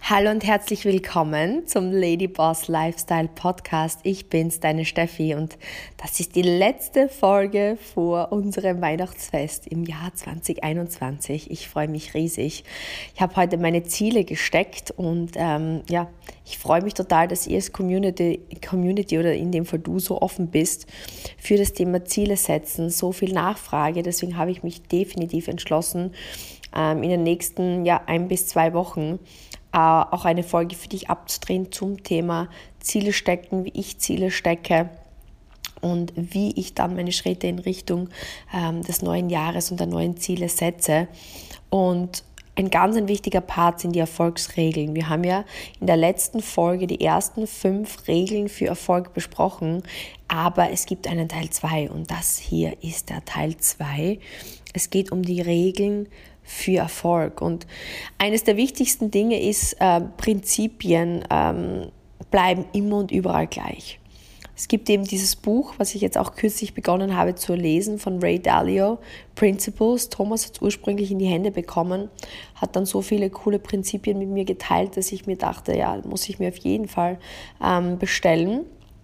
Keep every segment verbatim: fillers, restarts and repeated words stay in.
Hallo und herzlich willkommen zum Lady Boss Lifestyle Podcast. Ich bin's, deine Steffi, und das ist die letzte Folge vor unserem Weihnachtsfest im Jahr zwanzig einundzwanzig. Ich freue mich riesig. Ich habe heute meine Ziele gesteckt und ähm, ja, ich freue mich total, dass ihr als Community, Community oder in dem Fall du so offen bist für das Thema Ziele setzen. So viel Nachfrage, deswegen habe ich mich definitiv entschlossen, ähm, in den nächsten ja, ein bis zwei Wochen auch eine Folge für dich abzudrehen zum Thema Ziele stecken, wie ich Ziele stecke und wie ich dann meine Schritte in Richtung ähm, des neuen Jahres und der neuen Ziele setze. Und ein ganz ein wichtiger Part sind die Erfolgsregeln. Wir haben ja in der letzten Folge die ersten fünf Regeln für Erfolg besprochen, aber es gibt einen Teil zwei und das hier ist der Teil zwei. Es geht um die Regeln für Erfolg. Und eines der wichtigsten Dinge ist, äh, Prinzipien ähm, bleiben immer und überall gleich. Es gibt eben dieses Buch, was ich jetzt auch kürzlich begonnen habe zu lesen, von Ray Dalio, Principles. Thomas hat es ursprünglich in die Hände bekommen, hat dann so viele coole Prinzipien mit mir geteilt, dass ich mir dachte, ja, muss ich mir auf jeden Fall ähm, bestellen.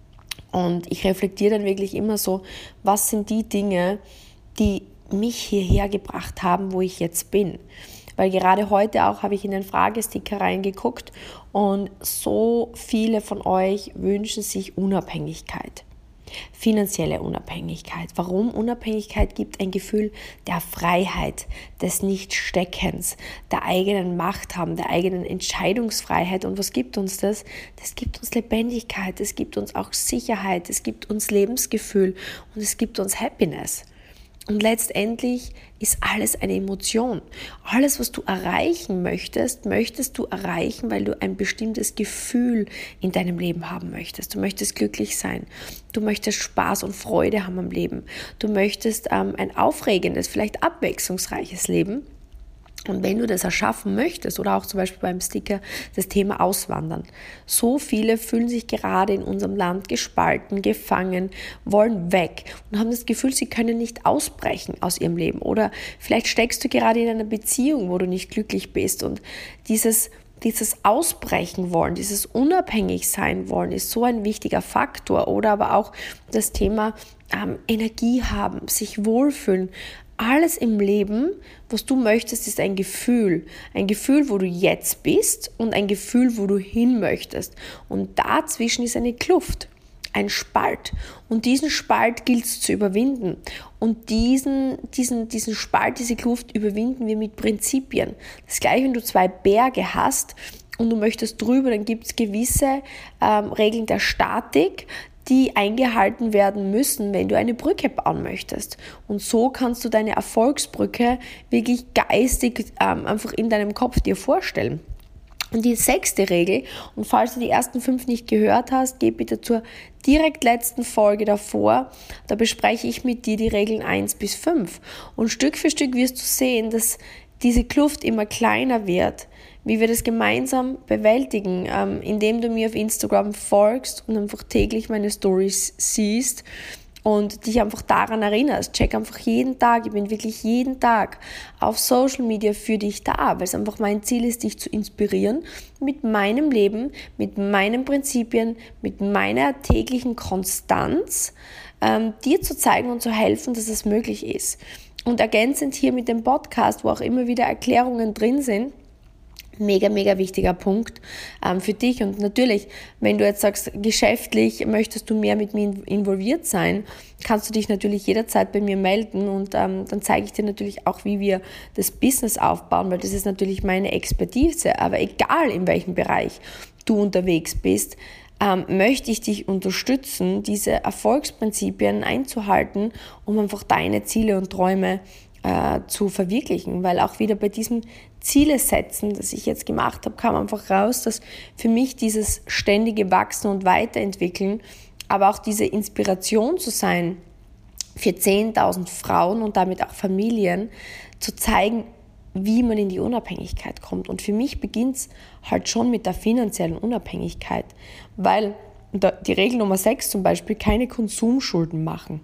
Und ich reflektiere dann wirklich immer so, was sind die Dinge, die mich hierher gebracht haben, wo ich jetzt bin. Weil gerade heute auch habe ich in den Fragesticker reingeguckt und so viele von euch wünschen sich Unabhängigkeit. Finanzielle Unabhängigkeit. Warum? Unabhängigkeit gibt ein Gefühl der Freiheit, des Nichtsteckens, der eigenen Macht haben, der eigenen Entscheidungsfreiheit. Und was gibt uns das? Das gibt uns Lebendigkeit, es gibt uns auch Sicherheit, es gibt uns Lebensgefühl und es gibt uns Happiness. Und letztendlich ist alles eine Emotion. Alles, was du erreichen möchtest, möchtest du erreichen, weil du ein bestimmtes Gefühl in deinem Leben haben möchtest. Du möchtest glücklich sein. Du möchtest Spaß und Freude haben am Leben. Du möchtest ähm, ein aufregendes, vielleicht abwechslungsreiches Leben. Und wenn du das erschaffen möchtest, oder auch zum Beispiel beim Sticker das Thema Auswandern. So viele fühlen sich gerade in unserem Land gespalten, gefangen, wollen weg und haben das Gefühl, sie können nicht ausbrechen aus ihrem Leben. Oder vielleicht steckst du gerade in einer Beziehung, wo du nicht glücklich bist, und dieses Dieses Ausbrechen wollen, dieses unabhängig sein wollen, ist so ein wichtiger Faktor. Oder aber auch das Thema ähm, Energie haben, sich wohlfühlen. Alles im Leben, was du möchtest, ist ein Gefühl. Ein Gefühl, wo du jetzt bist, und ein Gefühl, wo du hin möchtest. Und dazwischen ist eine Kluft, ein Spalt. Und diesen Spalt gilt es zu überwinden. Und diesen, diesen, diesen Spalt, diese Kluft überwinden wir mit Prinzipien. Das gleiche, wenn du zwei Berge hast und du möchtest drüber, dann gibt es gewisse ähm, Regeln der Statik, die eingehalten werden müssen, wenn du eine Brücke bauen möchtest. Und so kannst du deine Erfolgsbrücke wirklich geistig ähm, einfach in deinem Kopf dir vorstellen. Und die sechste Regel, und falls du die ersten fünf nicht gehört hast, geh bitte zur direkt letzten Folge davor, da bespreche ich mit dir die Regeln eins bis fünf. Und Stück für Stück wirst du sehen, dass diese Kluft immer kleiner wird, wie wir das gemeinsam bewältigen, ähm, indem du mir auf Instagram folgst und einfach täglich meine Stories siehst und dich einfach daran erinnerst. Check einfach jeden Tag, ich bin wirklich jeden Tag auf Social Media für dich da, weil es einfach mein Ziel ist, dich zu inspirieren mit meinem Leben, mit meinen Prinzipien, mit meiner täglichen Konstanz, ähm, dir zu zeigen und zu helfen, dass es möglich ist. Und ergänzend hier mit dem Podcast, wo auch immer wieder Erklärungen drin sind, mega, mega wichtiger Punkt ähm, für dich. Und natürlich, wenn du jetzt sagst, geschäftlich möchtest du mehr mit mir involviert sein, kannst du dich natürlich jederzeit bei mir melden, und ähm, dann zeige ich dir natürlich auch, wie wir das Business aufbauen, weil das ist natürlich meine Expertise. Aber egal in welchem Bereich du unterwegs bist, ähm, möchte ich dich unterstützen, diese Erfolgsprinzipien einzuhalten, um einfach deine Ziele und Träume äh, zu verwirklichen. Weil auch wieder bei diesem Ziele setzen, das ich jetzt gemacht habe, kam einfach raus, dass für mich dieses ständige Wachsen und Weiterentwickeln, aber auch diese Inspiration zu sein für zehntausend Frauen und damit auch Familien, zu zeigen, wie man in die Unabhängigkeit kommt. Und für mich beginnt es halt schon mit der finanziellen Unabhängigkeit, weil die Regel Nummer sechs zum Beispiel, keine Konsumschulden machen.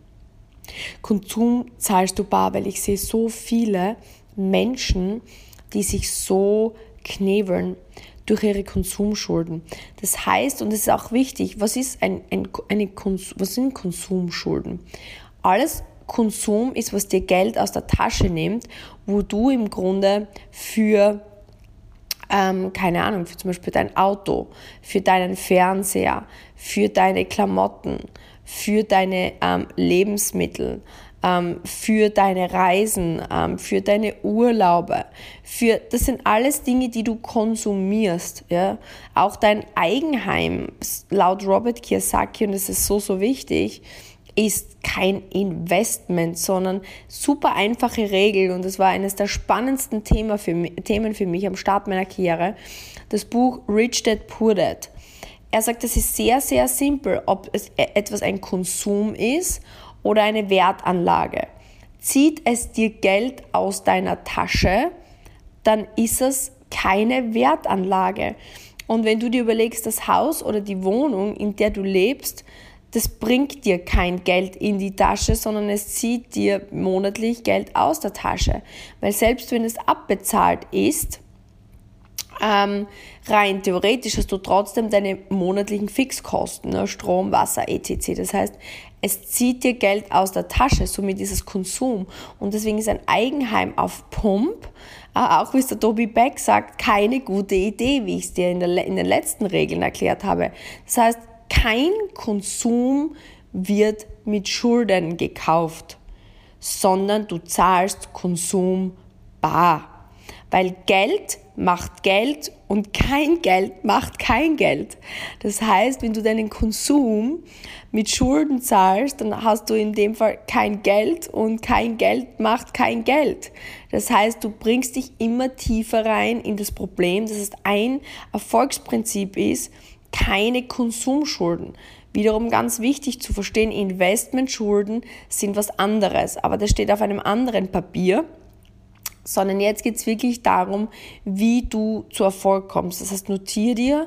Konsum zahlst du bar, weil ich sehe so viele Menschen, die sich so knebeln durch ihre Konsumschulden. Das heißt, und das ist auch wichtig, was, ist ein, ein, eine Kons- was sind Konsumschulden? Alles Konsum ist, was dir Geld aus der Tasche nimmt, wo du im Grunde für, ähm, keine Ahnung, für zum Beispiel dein Auto, für deinen Fernseher, für deine Klamotten, für deine ähm, Lebensmittel, ähm, für deine Reisen, ähm, für deine Urlaube, für, das sind alles Dinge, die du konsumierst. Ja? Auch dein Eigenheim, laut Robert Kiyosaki, und das ist so, so wichtig, ist kein Investment, sondern super einfache Regeln. Und das war eines der spannendsten Thema für mich, Themen für mich am Start meiner Karriere. Das Buch Rich Dad Poor Dad. Er sagt, das ist sehr, sehr simpel, ob es etwas ein Konsum ist oder eine Wertanlage. Zieht es dir Geld aus deiner Tasche, dann ist es keine Wertanlage. Und wenn du dir überlegst, das Haus oder die Wohnung, in der du lebst, das bringt dir kein Geld in die Tasche, sondern es zieht dir monatlich Geld aus der Tasche. Weil selbst wenn es abbezahlt ist, ähm, rein theoretisch hast du trotzdem deine monatlichen Fixkosten, ne? Strom, Wasser, et cetera. Das heißt, es zieht dir Geld aus der Tasche, somit ist es Konsum. Und deswegen ist ein Eigenheim auf Pump, äh, auch wie es der Toby Beck sagt, keine gute Idee, wie ich es dir in, der, in den letzten Regeln erklärt habe. Das heißt, kein Konsum wird mit Schulden gekauft, sondern du zahlst Konsum bar. Weil Geld macht Geld und kein Geld macht kein Geld. Das heißt, wenn du deinen Konsum mit Schulden zahlst, dann hast du in dem Fall kein Geld und kein Geld macht kein Geld. Das heißt, du bringst dich immer tiefer rein in das Problem. Das heißt, ein Erfolgsprinzip ist, keine Konsumschulden. Wiederum ganz wichtig zu verstehen, Investmentschulden sind was anderes, aber das steht auf einem anderen Papier, sondern jetzt geht es wirklich darum, wie du zu Erfolg kommst. Das heißt, notiere dir,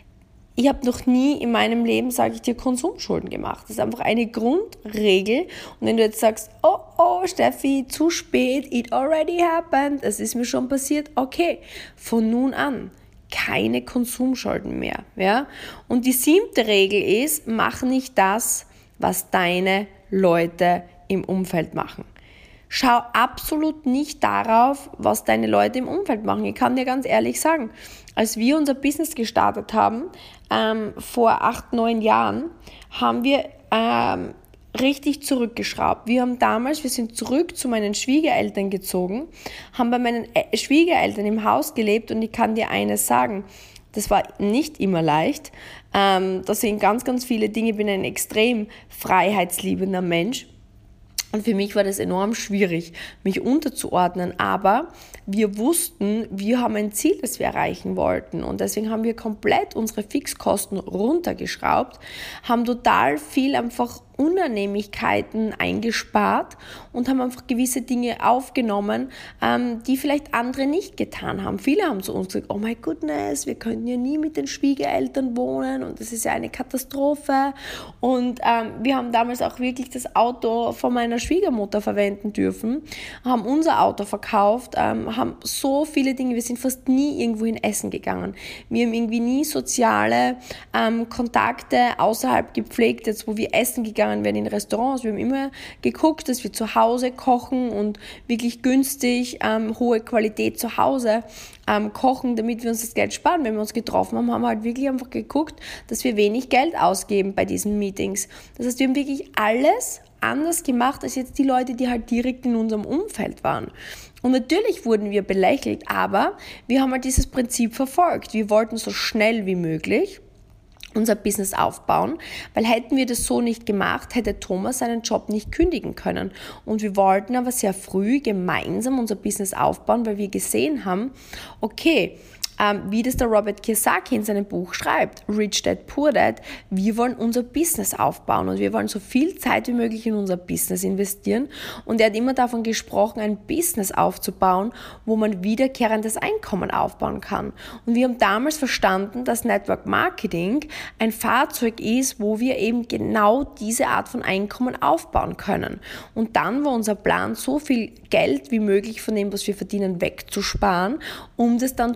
ich habe noch nie in meinem Leben, sage ich dir, Konsumschulden gemacht. Das ist einfach eine Grundregel. Und wenn du jetzt sagst, oh, oh, Steffi, zu spät, it already happened, es ist mir schon passiert, okay, von nun an keine Konsumschulden mehr. Ja? Und die siebte Regel ist, mach nicht das, was deine Leute im Umfeld machen. Schau absolut nicht darauf, was deine Leute im Umfeld machen. Ich kann dir ganz ehrlich sagen, als wir unser Business gestartet haben, ähm, vor acht, neun Jahren, haben wir ähm, richtig zurückgeschraubt. Wir haben damals, wir sind zurück zu meinen Schwiegereltern gezogen, haben bei meinen Schwiegereltern im Haus gelebt und ich kann dir eines sagen, das war nicht immer leicht. Ähm, da sind ganz, ganz viele Dinge, ich bin ein extrem freiheitsliebender Mensch. Und für mich war das enorm schwierig, mich unterzuordnen, aber wir wussten, wir haben ein Ziel, das wir erreichen wollten und deswegen haben wir komplett unsere Fixkosten runtergeschraubt, haben total viel einfach Unannehmlichkeiten eingespart und haben einfach gewisse Dinge aufgenommen, ähm, die vielleicht andere nicht getan haben. Viele haben zu uns gesagt, oh my goodness, wir könnten ja nie mit den Schwiegereltern wohnen und das ist ja eine Katastrophe. Und ähm, wir haben damals auch wirklich das Auto von meiner Schwiegermutter verwenden dürfen, haben unser Auto verkauft, ähm, haben so viele Dinge, wir sind fast nie irgendwohin essen gegangen. Wir haben irgendwie nie soziale ähm, Kontakte außerhalb gepflegt, jetzt wo wir essen gegangen werden in Restaurants. Wir haben immer geguckt, dass wir zu Hause kochen und wirklich günstig, ähm, hohe Qualität zu Hause ähm, kochen, damit wir uns das Geld sparen. Wenn wir uns getroffen haben, haben wir halt wirklich einfach geguckt, dass wir wenig Geld ausgeben bei diesen Meetings. Das heißt, wir haben wirklich alles anders gemacht als jetzt die Leute, die halt direkt in unserem Umfeld waren. Und natürlich wurden wir belächelt, aber wir haben halt dieses Prinzip verfolgt. Wir wollten so schnell wie möglich unser Business aufbauen, weil hätten wir das so nicht gemacht, hätte Thomas seinen Job nicht kündigen können. Und wir wollten aber sehr früh gemeinsam unser Business aufbauen, weil wir gesehen haben, okay, ähm, wie das der Robert Kiyosaki in seinem Buch schreibt, Rich Dad Poor Dad, wir wollen unser Business aufbauen und wir wollen so viel Zeit wie möglich in unser Business investieren. Und er hat immer davon gesprochen, ein Business aufzubauen, wo man wiederkehrendes Einkommen aufbauen kann. Und wir haben damals verstanden, dass Network Marketing ein Fahrzeug ist, wo wir eben genau diese Art von Einkommen aufbauen können. Und dann war unser Plan, so viel Geld wie möglich von dem, was wir verdienen, wegzusparen, um das dann zu investieren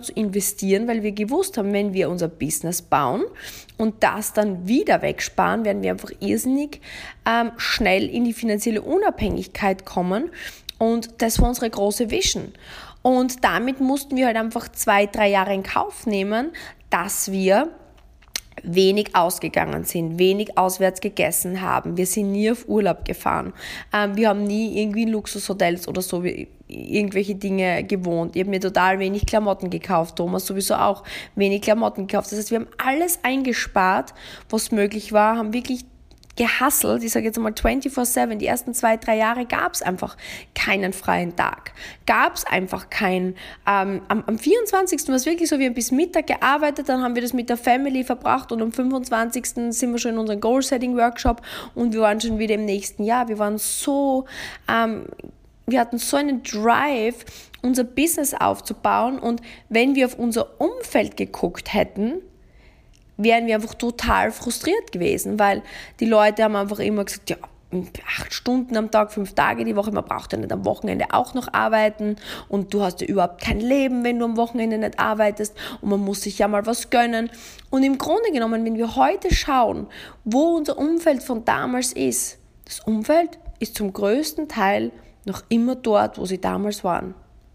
investieren, weil wir gewusst haben, wenn wir unser Business bauen und das dann wieder wegsparen, werden wir einfach irrsinnig ähm, schnell in die finanzielle Unabhängigkeit kommen. Und das war unsere große Vision. Und damit mussten wir halt einfach zwei, drei Jahre in Kauf nehmen, dass wir wenig ausgegangen sind, wenig auswärts gegessen haben. Wir sind nie auf Urlaub gefahren. Ähm, wir haben nie irgendwie in Luxushotels oder so wie irgendwelche Dinge gewohnt. Ich habe mir total wenig Klamotten gekauft, Thomas sowieso auch wenig Klamotten gekauft. Das heißt, wir haben alles eingespart, was möglich war, haben wirklich gehustelt, ich sage jetzt mal vierundzwanzig sieben, die ersten zwei, drei Jahre gab es einfach keinen freien Tag. Gab es einfach kein, ähm, am, am vierundzwanzigsten war es wirklich so, wir haben bis Mittag gearbeitet, dann haben wir das mit der Family verbracht und am fünfundzwanzigsten sind wir schon in unserem Goal-Setting-Workshop und wir waren schon wieder im nächsten Jahr. Wir waren so, ähm, wir hatten so einen Drive, unser Business aufzubauen, und wenn wir auf unser Umfeld geguckt hätten, wären wir einfach total frustriert gewesen, weil die Leute haben einfach immer gesagt, ja, acht Stunden am Tag, fünf Tage die Woche, man braucht ja nicht am Wochenende auch noch arbeiten und du hast ja überhaupt kein Leben, wenn du am Wochenende nicht arbeitest, und man muss sich ja mal was gönnen. Und im Grunde genommen, wenn wir heute schauen, wo unser Umfeld von damals ist, das Umfeld ist zum größten Teil noch immer dort, wo sie damals waren.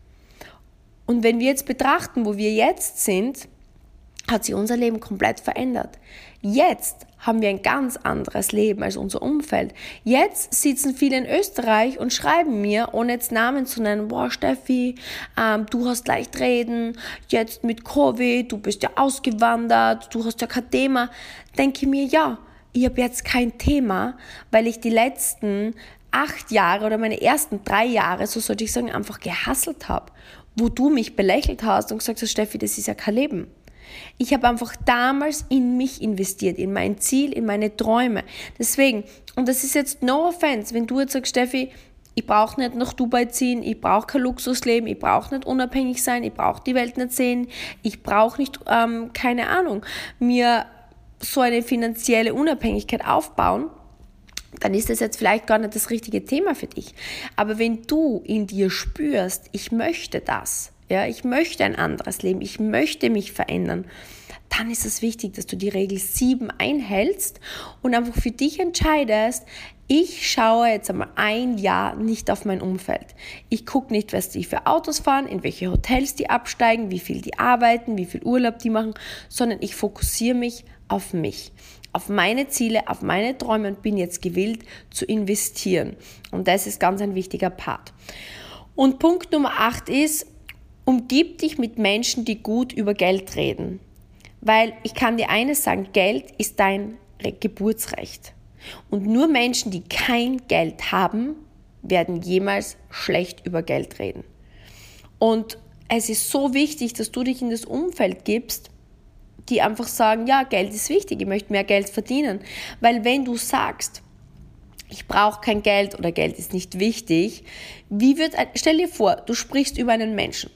Und wenn wir jetzt betrachten, wo wir jetzt sind, hat sich unser Leben komplett verändert. Jetzt haben wir ein ganz anderes Leben als unser Umfeld. Jetzt sitzen viele in Österreich und schreiben mir, ohne jetzt Namen zu nennen, boah Steffi, ähm, du hast leicht reden, jetzt mit Covid, du bist ja ausgewandert, du hast ja kein Thema. Denke ich mir, ja, ich habe jetzt kein Thema, weil ich die letzten acht Jahre oder meine ersten drei Jahre, so sollte ich sagen, einfach gehasselt habe, wo du mich belächelt hast und gesagt hast, Steffi, das ist ja kein Leben. Ich habe einfach damals in mich investiert, in mein Ziel, in meine Träume. Deswegen, und das ist jetzt no offense, wenn du jetzt sagst, Steffi, ich brauche nicht nach Dubai ziehen, ich brauche kein Luxusleben, ich brauche nicht unabhängig sein, ich brauche die Welt nicht sehen, ich brauche nicht, ähm, keine Ahnung, mir so eine finanzielle Unabhängigkeit aufbauen, dann ist das jetzt vielleicht gar nicht das richtige Thema für dich. Aber wenn du in dir spürst, ich möchte das, ja, ich möchte ein anderes Leben, ich möchte mich verändern, dann ist es wichtig, dass du die Regel sieben einhältst und einfach für dich entscheidest, ich schaue jetzt einmal ein Jahr nicht auf mein Umfeld. Ich gucke nicht, was die für Autos fahren, in welche Hotels die absteigen, wie viel die arbeiten, wie viel Urlaub die machen, sondern ich fokussiere mich auf mich, auf meine Ziele, auf meine Träume und bin jetzt gewillt zu investieren. Und das ist ganz ein wichtiger Part. Und Punkt Nummer acht ist, umgib dich mit Menschen, die gut über Geld reden. Weil ich kann dir eines sagen, Geld ist dein Geburtsrecht. Und nur Menschen, die kein Geld haben, werden jemals schlecht über Geld reden. Und es ist so wichtig, dass du dich in das Umfeld gibst, die einfach sagen, ja, Geld ist wichtig, ich möchte mehr Geld verdienen. Weil wenn du sagst, ich brauche kein Geld oder Geld ist nicht wichtig, wie wird, stell dir vor, du sprichst über einen Menschen.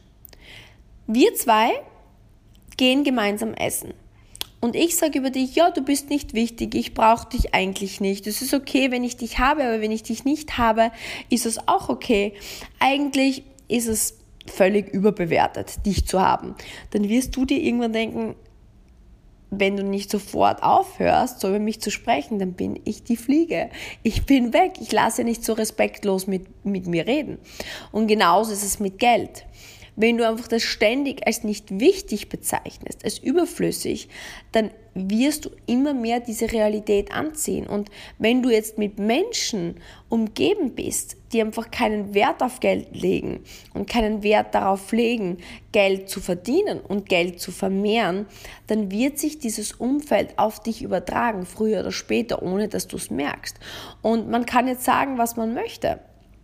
Wir zwei gehen gemeinsam essen. Und ich sage über dich, ja, du bist nicht wichtig, ich brauche dich eigentlich nicht. Es ist okay, wenn ich dich habe, aber wenn ich dich nicht habe, ist es auch okay. Eigentlich ist es völlig überbewertet, dich zu haben. Dann wirst du dir irgendwann denken, wenn du nicht sofort aufhörst, so über mich zu sprechen, dann bin ich die Fliege. Ich bin weg. Ich lasse ja nicht so respektlos mit, mit mir reden. Und genauso ist es mit Geld. Wenn du einfach das ständig als nicht wichtig bezeichnest, als überflüssig, dann wirst du immer mehr diese Realität anziehen. Und wenn du jetzt mit Menschen umgeben bist, die einfach keinen Wert auf Geld legen und keinen Wert darauf legen, Geld zu verdienen und Geld zu vermehren, dann wird sich dieses Umfeld auf dich übertragen, früher oder später, ohne dass du es merkst. Und man kann jetzt sagen, was man möchte.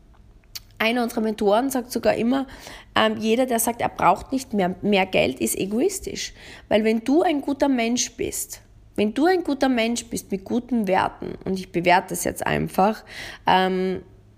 Einer unserer Mentoren sagt sogar immer, ähm, jeder, der sagt, er braucht nicht mehr, mehr Geld, ist egoistisch. Weil wenn du ein guter Mensch bist, wenn du ein guter Mensch bist mit guten Werten, und ich bewerte das jetzt einfach, ähm,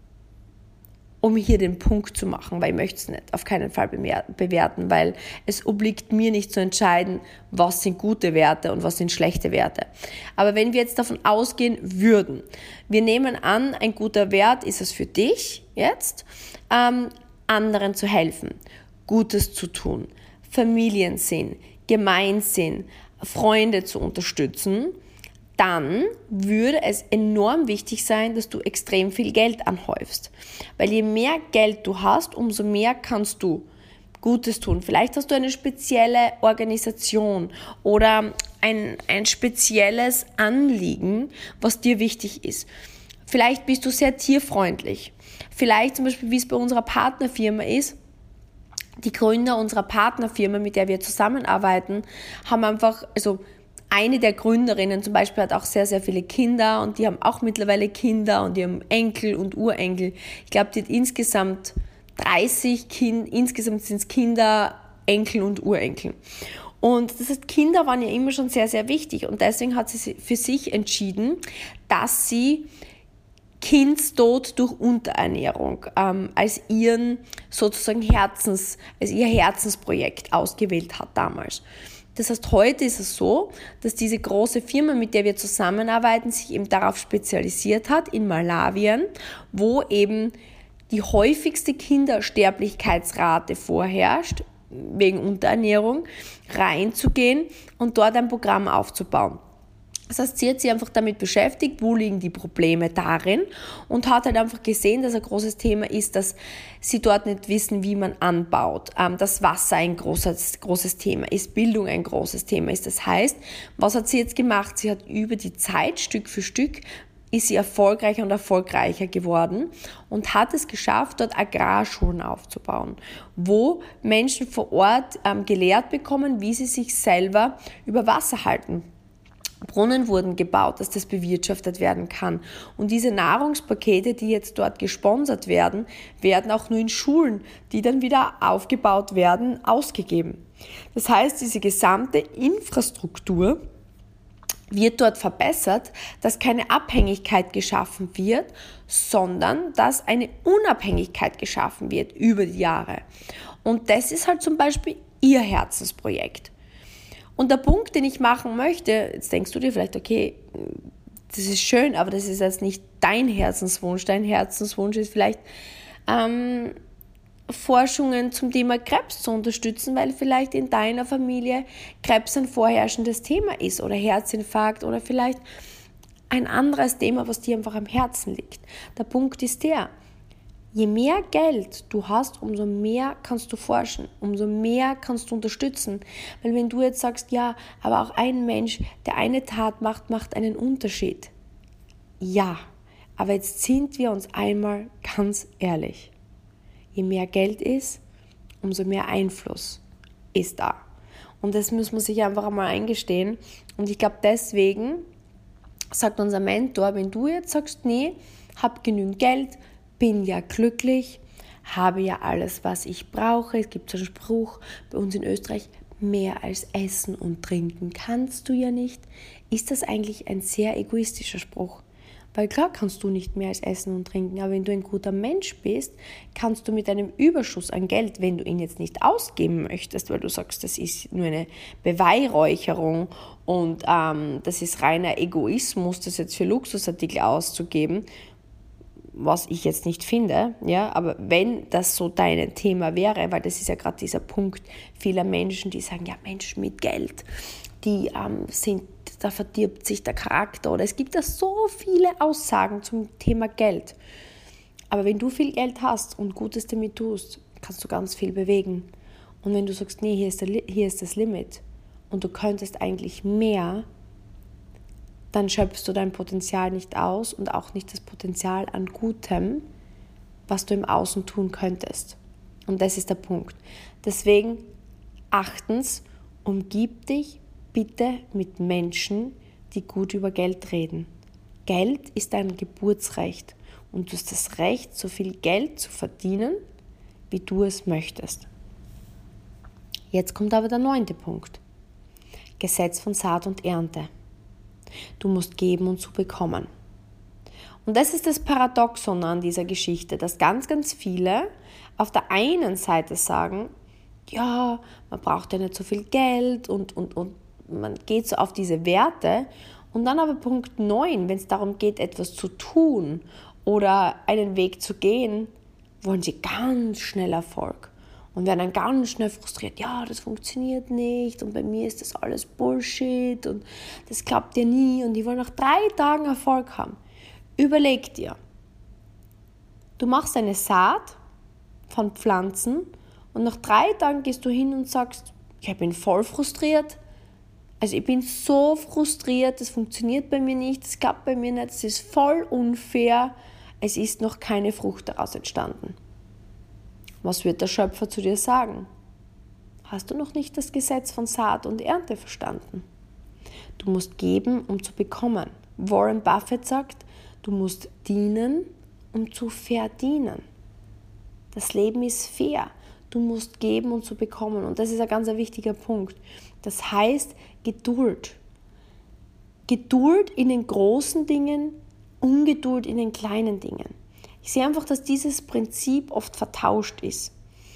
um hier den Punkt zu machen, weil ich möchte es nicht auf keinen Fall bewerten, weil es obliegt mir nicht zu entscheiden, was sind gute Werte und was sind schlechte Werte. Aber wenn wir jetzt davon ausgehen würden, wir nehmen an, ein guter Wert ist es für dich jetzt, ähm, anderen zu helfen, Gutes zu tun, Familiensinn, Gemeinsinn, Freunde zu unterstützen, dann würde es enorm wichtig sein, dass du extrem viel Geld anhäufst. Weil je mehr Geld du hast, umso mehr kannst du Gutes tun. Vielleicht hast du eine spezielle Organisation oder ein, ein spezielles Anliegen, was dir wichtig ist. Vielleicht bist du sehr tierfreundlich. Vielleicht zum Beispiel, wie es bei unserer Partnerfirma ist, die Gründer unserer Partnerfirma, mit der wir zusammenarbeiten, haben einfach, also eine der Gründerinnen zum Beispiel hat auch sehr, sehr viele Kinder und die haben auch mittlerweile Kinder und die haben Enkel und Urenkel. Ich glaube, die hat insgesamt dreißig Kinder, insgesamt sind es Kinder, Enkel und Urenkel. Und das heißt, Kinder waren ja immer schon sehr, sehr wichtig und deswegen hat sie für sich entschieden, dass sie Kindstod durch Unterernährung ähm, als ihren sozusagen Herzens, als ihr Herzensprojekt ausgewählt hat damals. Das heißt, heute ist es so, dass diese große Firma, mit der wir zusammenarbeiten, sich eben darauf spezialisiert hat, in Malawien, wo eben die häufigste Kindersterblichkeitsrate vorherrscht, wegen Unterernährung, reinzugehen und dort ein Programm aufzubauen. Das heißt, sie hat sich einfach damit beschäftigt, wo liegen die Probleme darin und hat halt einfach gesehen, dass ein großes Thema ist, dass sie dort nicht wissen, wie man anbaut, dass Wasser ein großes, großes Thema ist, Bildung ein großes Thema ist. Das heißt, was hat sie jetzt gemacht? Sie hat über die Zeit, Stück für Stück, ist sie erfolgreicher und erfolgreicher geworden und hat es geschafft, dort Agrarschulen aufzubauen, wo Menschen vor Ort ähm, gelehrt bekommen, wie sie sich selber über Wasser halten. Brunnen wurden gebaut, dass das bewirtschaftet werden kann. Und diese Nahrungspakete, die jetzt dort gesponsert werden, werden auch nur in Schulen, die dann wieder aufgebaut werden, ausgegeben. Das heißt, diese gesamte Infrastruktur wird dort verbessert, dass keine Abhängigkeit geschaffen wird, sondern dass eine Unabhängigkeit geschaffen wird über die Jahre. Und das ist halt zum Beispiel ihr Herzensprojekt. Und der Punkt, den ich machen möchte, jetzt denkst du dir vielleicht, okay, das ist schön, aber das ist jetzt nicht dein Herzenswunsch. Dein Herzenswunsch ist vielleicht, ähm, Forschungen zum Thema Krebs zu unterstützen, weil vielleicht in deiner Familie Krebs ein vorherrschendes Thema ist oder Herzinfarkt oder vielleicht ein anderes Thema, was dir einfach am Herzen liegt. Der Punkt ist der, je mehr Geld du hast, umso mehr kannst du forschen, umso mehr kannst du unterstützen. Weil wenn du jetzt sagst, ja, aber auch ein Mensch, der eine Tat macht, macht einen Unterschied. Ja, aber jetzt sind wir uns einmal ganz ehrlich. Je mehr Geld ist, umso mehr Einfluss ist da. Und das muss man sich einfach einmal eingestehen. Und ich glaube, deswegen sagt unser Mentor, wenn du jetzt sagst, nee, hab genügend Geld, bin ja glücklich, habe ja alles, was ich brauche. Es gibt so einen Spruch bei uns in Österreich, mehr als essen und trinken kannst du ja nicht. Ist das eigentlich ein sehr egoistischer Spruch? Weil klar kannst du nicht mehr als essen und trinken, aber wenn du ein guter Mensch bist, kannst du mit einem Überschuss an Geld, wenn du ihn jetzt nicht ausgeben möchtest, weil du sagst, das ist nur eine Beweihräucherung und ähm, das ist reiner Egoismus, das jetzt für Luxusartikel auszugeben, was ich jetzt nicht finde, ja, aber wenn das so dein Thema wäre, weil das ist ja gerade dieser Punkt vieler Menschen, die sagen, ja Menschen mit Geld, die ähm, sind, da verdirbt sich der Charakter oder es gibt da so viele Aussagen zum Thema Geld. Aber wenn du viel Geld hast und Gutes damit tust, kannst du ganz viel bewegen. Und wenn du sagst, nee, hier ist, der, hier ist das Limit und du könntest eigentlich mehr, dann schöpfst du dein Potenzial nicht aus und auch nicht das Potenzial an Gutem, was du im Außen tun könntest. Und das ist der Punkt. Deswegen, achtens, umgib dich bitte mit Menschen, die gut über Geld reden. Geld ist ein Geburtsrecht und du hast das Recht, so viel Geld zu verdienen, wie du es möchtest. Jetzt kommt aber der neunte Punkt. Gesetz von Saat und Ernte. Du musst geben und zu bekommen. Und das ist das Paradoxon an dieser Geschichte, dass ganz, ganz viele auf der einen Seite sagen, ja, man braucht ja nicht so viel Geld und, und, und man geht so auf diese Werte. Und dann aber Punkt neun, wenn es darum geht, etwas zu tun oder einen Weg zu gehen, wollen sie ganz schnell Erfolg. und werden dann ganz schnell frustriert. Ja, das funktioniert nicht und bei mir ist das alles Bullshit und das klappt ja nie und die wollen nach drei Tagen Erfolg haben. Überleg dir, du machst eine Saat von Pflanzen und nach drei Tagen gehst du hin und sagst, ich bin voll frustriert. Also ich bin so frustriert, das funktioniert bei mir nicht, das klappt bei mir nicht, das ist voll unfair. Es ist noch keine Frucht daraus entstanden. Was wird der Schöpfer zu dir sagen? Hast du noch nicht das Gesetz von Saat und Ernte verstanden? Du musst geben, um zu bekommen. Warren Buffett sagt, du musst dienen, um zu verdienen. Das Leben ist fair. Du musst geben, um zu bekommen. Und das ist ein ganz wichtiger Punkt. Das heißt Geduld. Geduld in den großen Dingen, Ungeduld in den kleinen Dingen. Ich sehe einfach, dass dieses Prinzip oft vertauscht ist.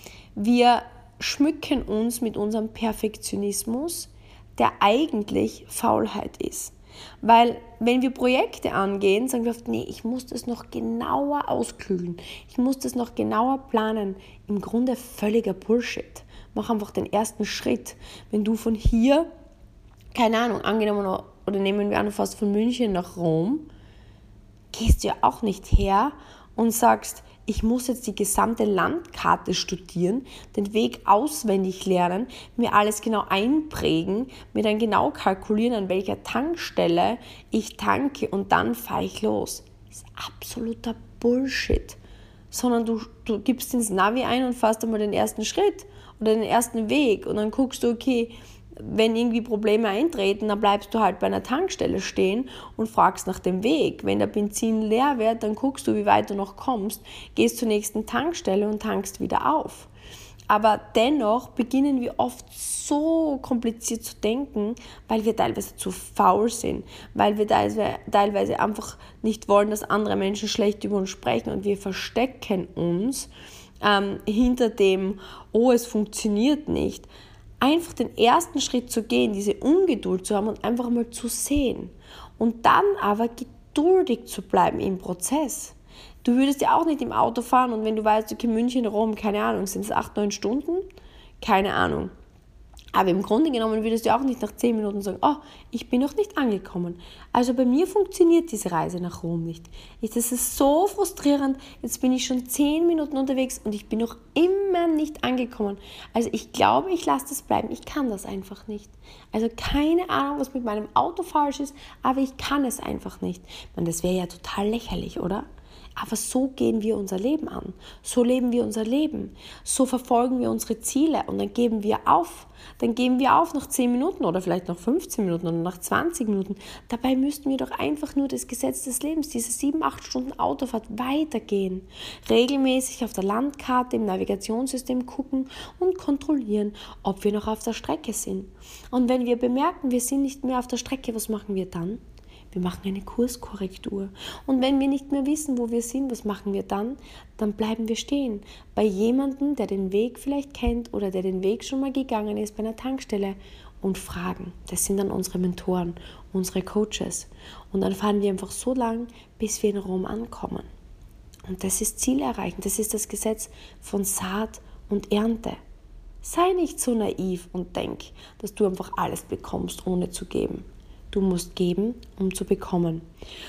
Wir schmücken uns mit unserem Perfektionismus, der eigentlich Faulheit ist. Weil wenn wir Projekte angehen, sagen wir oft, nee, ich muss das noch genauer ausklügeln, ich muss das noch genauer planen. Im Grunde völliger Bullshit. Mach einfach den ersten Schritt. Wenn du von hier, keine Ahnung, angenommen oder nehmen wir an, fast von München nach Rom, gehst du ja auch nicht her und sagst, ich muss jetzt die gesamte Landkarte studieren, den Weg auswendig lernen, mir alles genau einprägen, mir dann genau kalkulieren, an welcher Tankstelle ich tanke und dann fahre ich los. Das ist absoluter Bullshit. Sondern du, du gibst ins Navi ein und fährst einmal den ersten Schritt oder den ersten Weg und dann guckst du, okay, wenn irgendwie Probleme eintreten, dann bleibst du halt bei einer Tankstelle stehen und fragst nach dem Weg. Wenn der Benzin leer wird, dann guckst du, wie weit du noch kommst, gehst zur nächsten Tankstelle und tankst wieder auf. Aber dennoch beginnen wir oft so kompliziert zu denken, weil wir teilweise zu faul sind, weil wir teilweise einfach nicht wollen, dass andere Menschen schlecht über uns sprechen und wir verstecken uns ähm, hinter dem, oh, es funktioniert nicht. Einfach den ersten Schritt zu gehen, diese Ungeduld zu haben und einfach mal zu sehen. Und dann aber geduldig zu bleiben im Prozess. Du würdest ja auch nicht im Auto fahren und wenn du weißt, okay, München, Rom, keine Ahnung, sind es acht, neun Stunden? Keine Ahnung. Aber im Grunde genommen würdest du auch nicht nach zehn Minuten sagen, oh, ich bin noch nicht angekommen. Also bei mir funktioniert diese Reise nach Rom nicht. Das ist so frustrierend, jetzt bin ich schon zehn Minuten unterwegs und ich bin noch immer nicht angekommen. Also ich glaube, ich lasse das bleiben. Ich kann das einfach nicht. Also keine Ahnung, was mit meinem Auto falsch ist, aber ich kann es einfach nicht. Ich meine, das wäre ja total lächerlich, oder? Aber so gehen wir unser Leben an. So leben wir unser Leben. So verfolgen wir unsere Ziele und dann geben wir auf. Dann geben wir auf nach zehn Minuten oder vielleicht nach fünfzehn Minuten oder nach zwanzig Minuten. Dabei müssten wir doch einfach nur das Gesetz des Lebens, diese sieben, acht Stunden Autofahrt weitergehen. Regelmäßig auf der Landkarte, im Navigationssystem gucken und kontrollieren, ob wir noch auf der Strecke sind. Und wenn wir bemerken, wir sind nicht mehr auf der Strecke, was machen wir dann? Wir machen eine Kurskorrektur. Und wenn wir nicht mehr wissen, wo wir sind, was machen wir dann? Dann bleiben wir stehen. Bei jemandem, der den Weg vielleicht kennt oder der den Weg schon mal gegangen ist bei einer Tankstelle und fragen. Das sind dann unsere Mentoren, unsere Coaches. Und dann fahren wir einfach so lang, bis wir in Rom ankommen. Und das ist Ziel erreichen. Das ist das Gesetz von Saat und Ernte. Sei nicht so naiv und denk, dass du einfach alles bekommst, ohne zu geben. Du musst geben, um zu bekommen.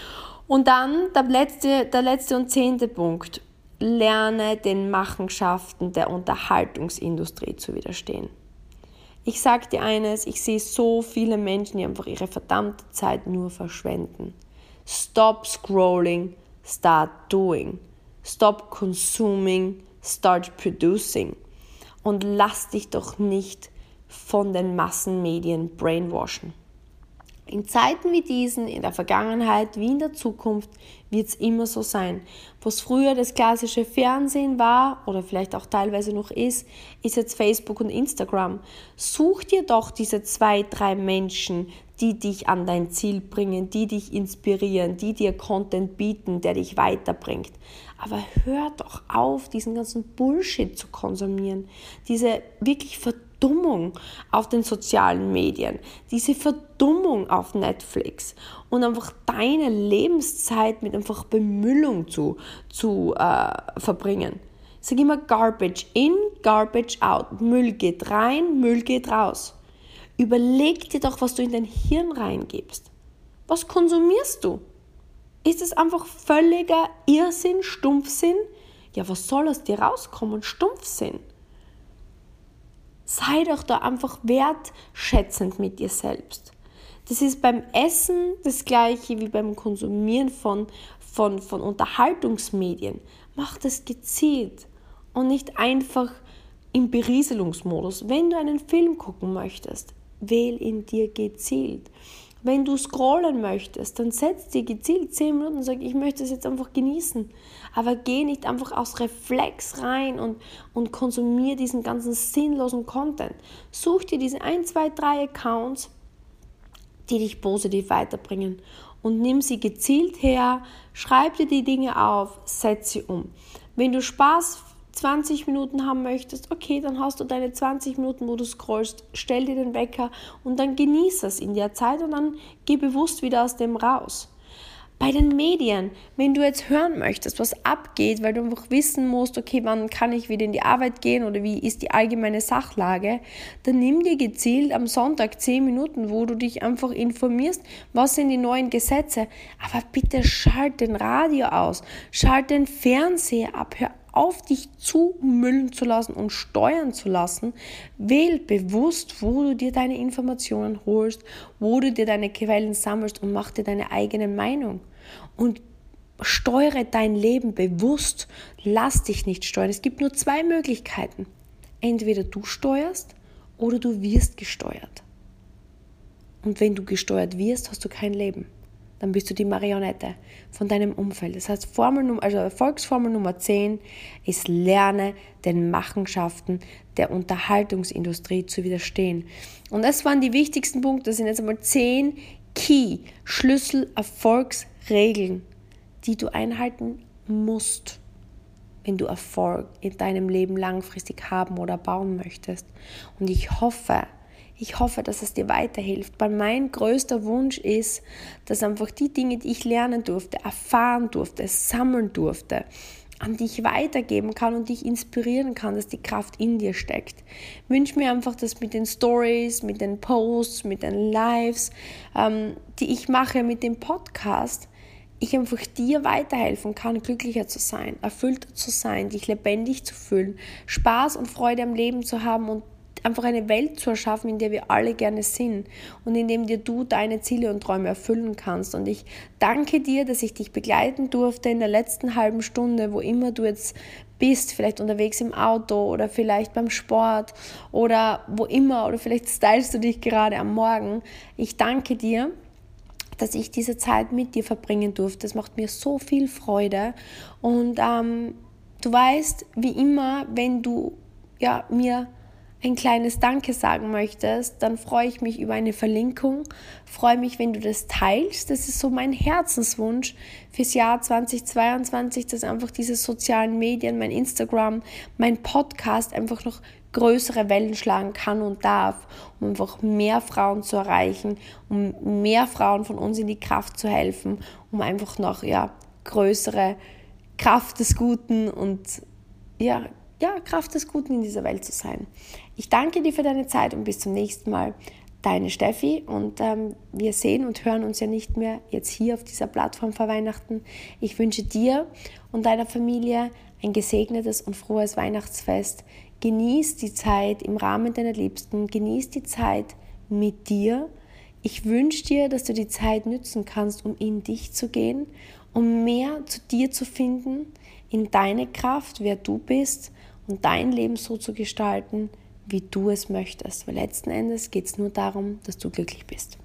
Und dann der letzte, der letzte und zehnte Punkt. Lerne den Machenschaften der Unterhaltungsindustrie zu widerstehen. Ich sage dir eines, ich sehe so viele Menschen, die einfach ihre verdammte Zeit nur verschwenden. Stop scrolling, start doing. Stop consuming, start producing. Und lass dich doch nicht von den Massenmedien brainwashen. In Zeiten wie diesen, in der Vergangenheit wie in der Zukunft, wird es immer so sein. Was früher das klassische Fernsehen war oder vielleicht auch teilweise noch ist, ist jetzt Facebook und Instagram. Such dir doch diese zwei, drei Menschen, die dich an dein Ziel bringen, die dich inspirieren, die dir Content bieten, der dich weiterbringt. Aber hör doch auf, diesen ganzen Bullshit zu konsumieren. Diese wirklich Verdummung auf den sozialen Medien, diese Verdummung auf Netflix und einfach deine Lebenszeit mit einfach Bemüllung zu, zu äh, verbringen. Ich sage immer Garbage in, Garbage out. Müll geht rein, Müll geht raus. Überleg dir doch, was du in dein Hirn reingibst. Was konsumierst du? Ist es einfach völliger Irrsinn, Stumpfsinn? Ja, was soll aus dir rauskommen? Stumpfsinn. Sei doch da einfach wertschätzend mit dir selbst. Das ist beim Essen das Gleiche wie beim Konsumieren von, von, von Unterhaltungsmedien. Mach das gezielt und nicht einfach im Berieselungsmodus. Wenn du einen Film gucken möchtest, wähl ihn dir gezielt. Wenn du scrollen möchtest, dann setz dir gezielt zehn Minuten und sag, ich möchte es jetzt einfach genießen. Aber geh nicht einfach aus Reflex rein und, und konsumier diesen ganzen sinnlosen Content. Such dir diese ein, zwei, drei Accounts, die dich positiv weiterbringen und nimm sie gezielt her, schreib dir die Dinge auf, setz sie um. Wenn du Spaß zwanzig Minuten haben möchtest, okay, dann hast du deine zwanzig Minuten, wo du scrollst, stell dir den Wecker und dann genieß es in der Zeit und dann geh bewusst wieder aus dem raus. Bei den Medien, wenn du jetzt hören möchtest, was abgeht, weil du einfach wissen musst, okay, wann kann ich wieder in die Arbeit gehen oder wie ist die allgemeine Sachlage, dann nimm dir gezielt am Sonntag zehn Minuten, wo du dich einfach informierst, was sind die neuen Gesetze. Aber bitte schalt den Radio aus, schalt den Fernseher ab, hör auf, dich zumüllen zu lassen und steuern zu lassen. Wähl bewusst, wo du dir deine Informationen holst, wo du dir deine Quellen sammelst und mach dir deine eigene Meinung. Und steuere dein Leben bewusst. Lass dich nicht steuern. Es gibt nur zwei Möglichkeiten. Entweder du steuerst oder du wirst gesteuert. Und wenn du gesteuert wirst, hast du kein Leben. Dann bist du die Marionette von deinem Umfeld. Das heißt, Formel, also Erfolgsformel Nummer zehn ist, lerne den Machenschaften der Unterhaltungsindustrie zu widerstehen. Und das waren die wichtigsten Punkte. Das sind jetzt einmal zehn Key, Schlüssel-Erfolgsregeln, die du einhalten musst, wenn du Erfolg in deinem Leben langfristig haben oder bauen möchtest. Und ich hoffe, Ich hoffe, dass es dir weiterhilft, weil mein größter Wunsch ist, dass einfach die Dinge, die ich lernen durfte, erfahren durfte, sammeln durfte, an dich weitergeben kann und dich inspirieren kann, dass die Kraft in dir steckt. Ich wünsche mir einfach, dass mit den Stories, mit den Posts, mit den Lives, ähm, die ich mache, mit dem Podcast, ich einfach dir weiterhelfen kann, glücklicher zu sein, erfüllter zu sein, dich lebendig zu fühlen, Spaß und Freude am Leben zu haben und einfach eine Welt zu erschaffen, in der wir alle gerne sind und in dem dir du deine Ziele und Träume erfüllen kannst. Und ich danke dir, dass ich dich begleiten durfte in der letzten halben Stunde, wo immer du jetzt bist, vielleicht unterwegs im Auto oder vielleicht beim Sport oder wo immer, oder vielleicht stylst du dich gerade am Morgen. Ich danke dir, dass ich diese Zeit mit dir verbringen durfte. Das macht mir so viel Freude. Und ähm, du weißt, wie immer, wenn du ja, mir ein kleines Danke sagen möchtest, dann freue ich mich über eine Verlinkung, freue mich, wenn du das teilst. Das ist so mein Herzenswunsch fürs Jahr zwanzig zweiundzwanzig, dass einfach diese sozialen Medien, mein Instagram, mein Podcast einfach noch größere Wellen schlagen kann und darf, um einfach mehr Frauen zu erreichen, um mehr Frauen von uns in die Kraft zu helfen, um einfach noch ja, größere Kraft des Guten und ja, ja, Kraft des Guten in dieser Welt zu sein. Ich danke dir für deine Zeit und bis zum nächsten Mal. Deine Steffi, und ähm, wir sehen und hören uns ja nicht mehr jetzt hier auf dieser Plattform vor Weihnachten. Ich wünsche dir und deiner Familie ein gesegnetes und frohes Weihnachtsfest. Genieß die Zeit im Rahmen deiner Liebsten, genieß die Zeit mit dir. Ich wünsche dir, dass du die Zeit nützen kannst, um in dich zu gehen, um mehr zu dir zu finden, in deine Kraft, wer du bist, und dein Leben so zu gestalten, wie du es möchtest. Weil letzten Endes geht es nur darum, dass du glücklich bist.